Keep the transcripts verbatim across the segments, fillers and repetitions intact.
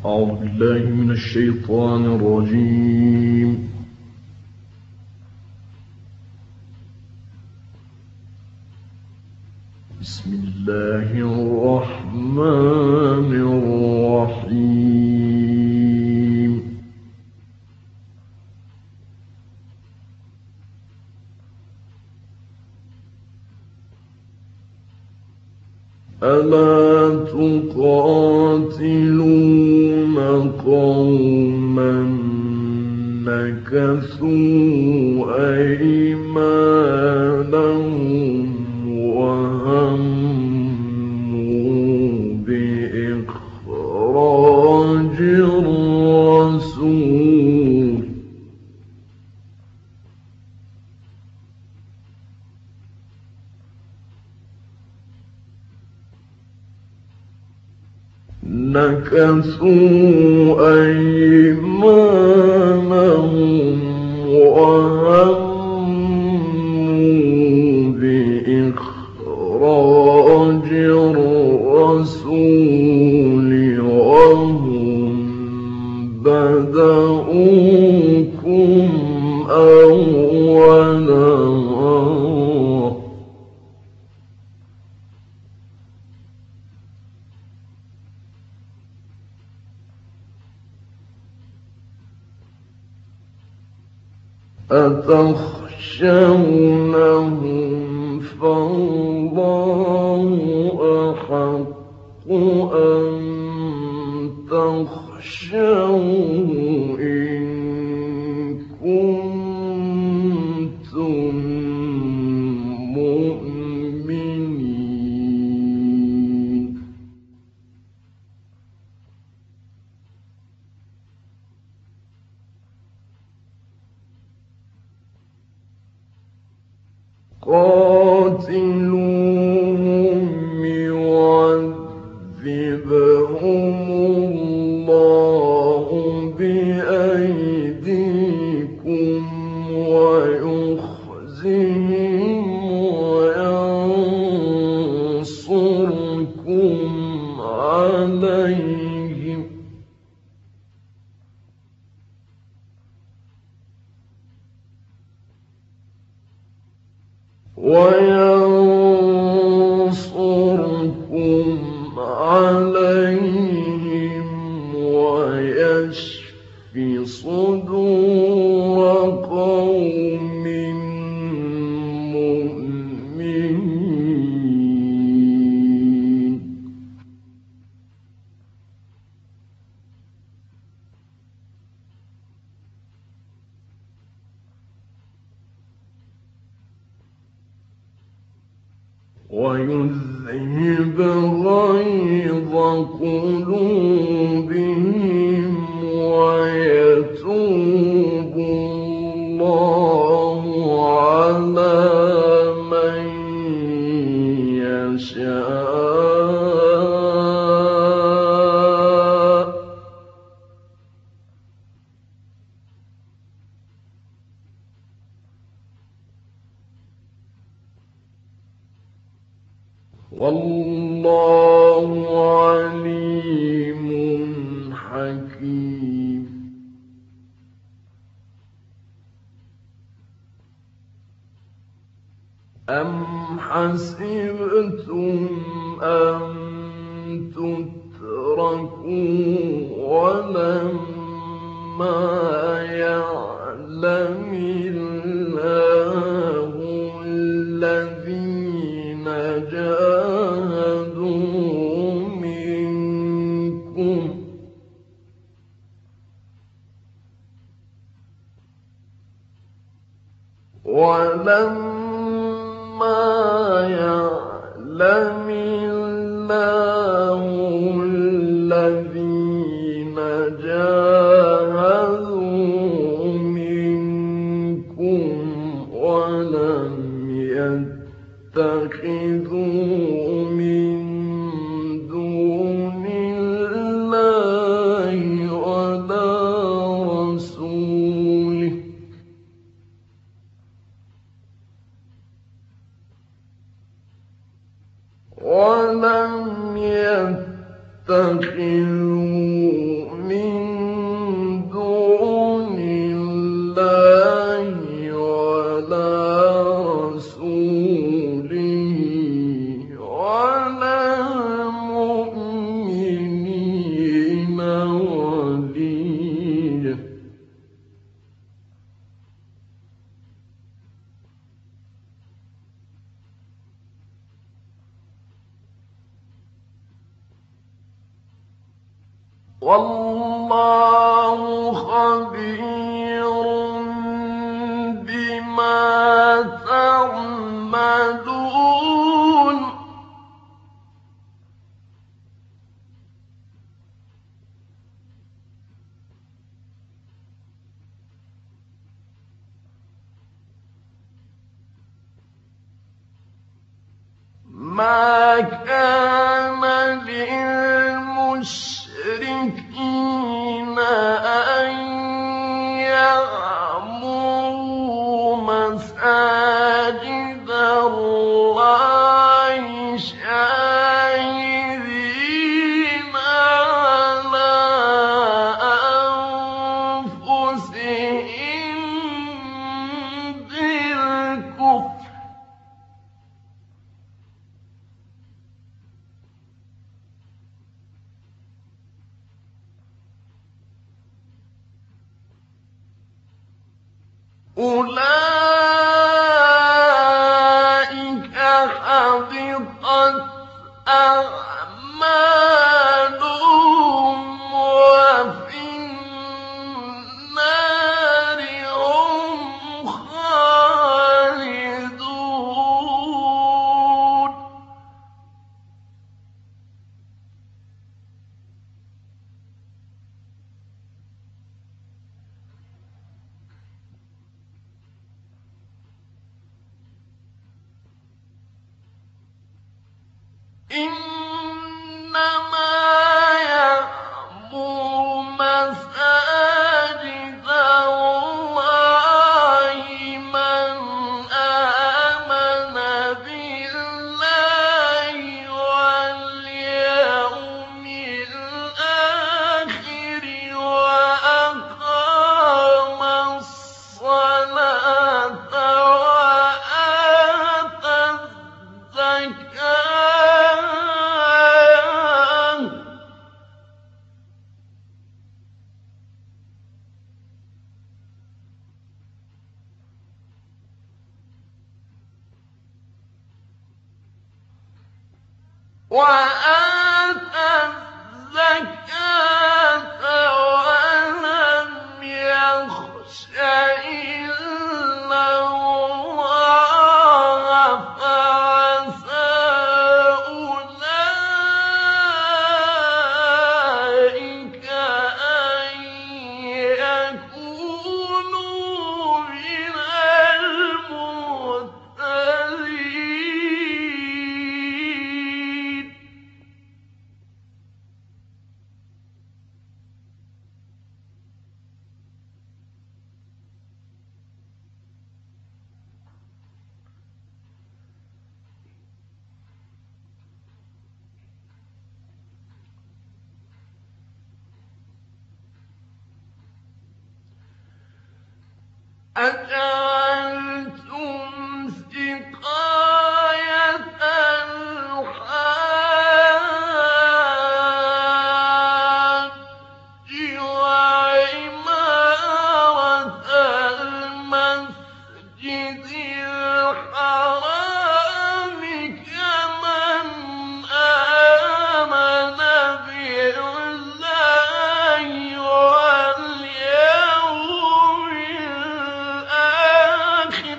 أعوذ بالله من الشيطان الرجيم. بسم الله الرحمن الرحيم. ألا تقاتلون قوما نكثوا أيمانهم وهموا بإخراج الرسول نكثوا أيمانهم وهموا بإخراج الرسول وهم بدؤوكم أول مرة أتخشونهم فالله أحق أن تخشوه إن كنتم مؤمنين. قاتلوهم يعذبهم الله بأيديكم ويخزهم وينصركم عليهم وينصركم عليهم ويشف صدور قوم مؤمنين. ويذهب غيظ قلوبهم ويتوب الله على من يشاء والله عليم حكيم. أم حسبتم أن تتركوا ولما يعلم الله الذين جاهدوا منكم ولما يعلم الله الذين جاهدوا منكم ولم يتخذوا من دون الله ولا رسوله ولم يتخذوا والله خبير بما تعملون ما كان للمشركين أن يعمروا مساجد الله شاهدين على أنفسهم بالكفر أولئك حبطت أعمالهم وفي النار هم خالدون إنما يعمر مساجد الله من آمن بالله واليوم الآخر وأقام الصلاة وآتى الزكاة وآتى الزكاة ولم يخش إلا الله فعسى أولئك أن يكونوا من المهتدين أجعلتم سقاية الحاج وعمارة المسجد الحرام كمن آمن بالله واليوم الآخر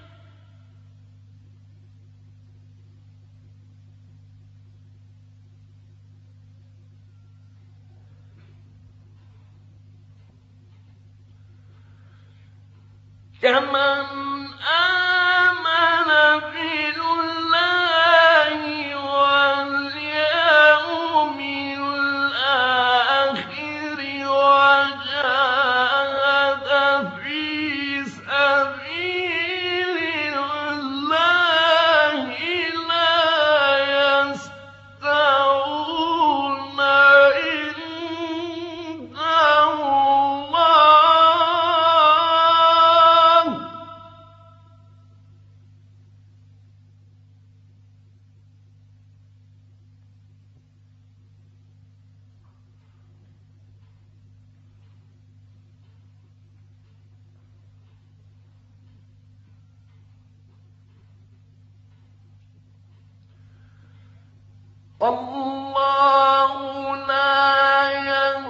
كمن آمن بالله واليوم الآخر وجاهد في سبيل الله لا يستوون عند الله والله لا يهدي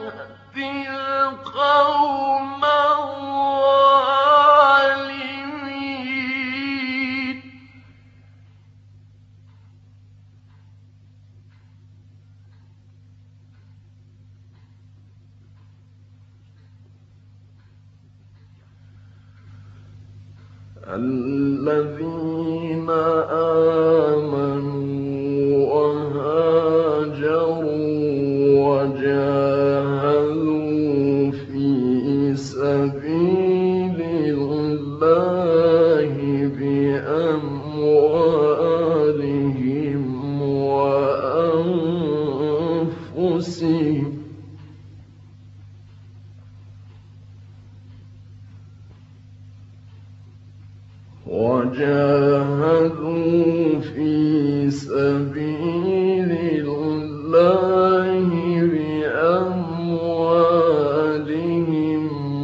الذين آمنوا وهاجروا وجاهدوا في سبيل الله بأموالهم وأنفسهم وجاهدوا في سبيل الله بأموالهم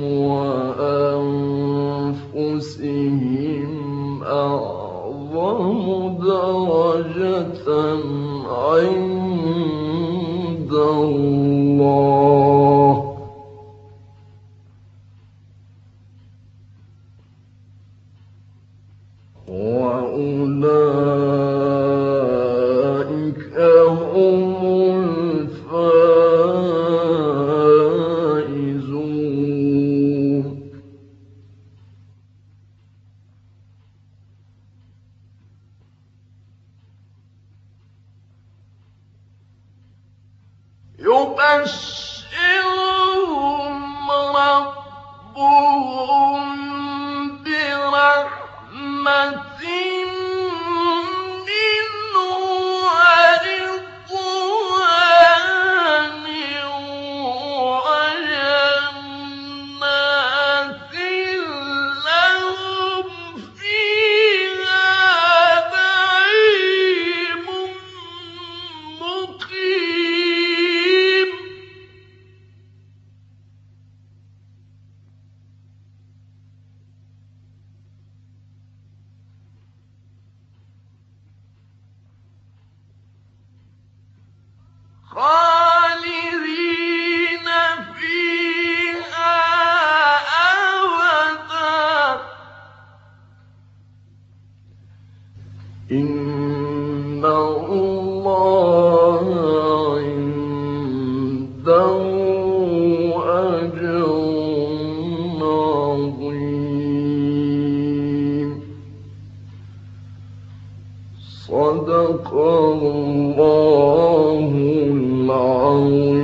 وأنفسهم أعظم درجة عند الله وأولئك هم الفائزون. يبشرهم ربهم برحمة خالدين فيها أبدا. إن الله عنده أجر عظيم. صدق الله العظيم.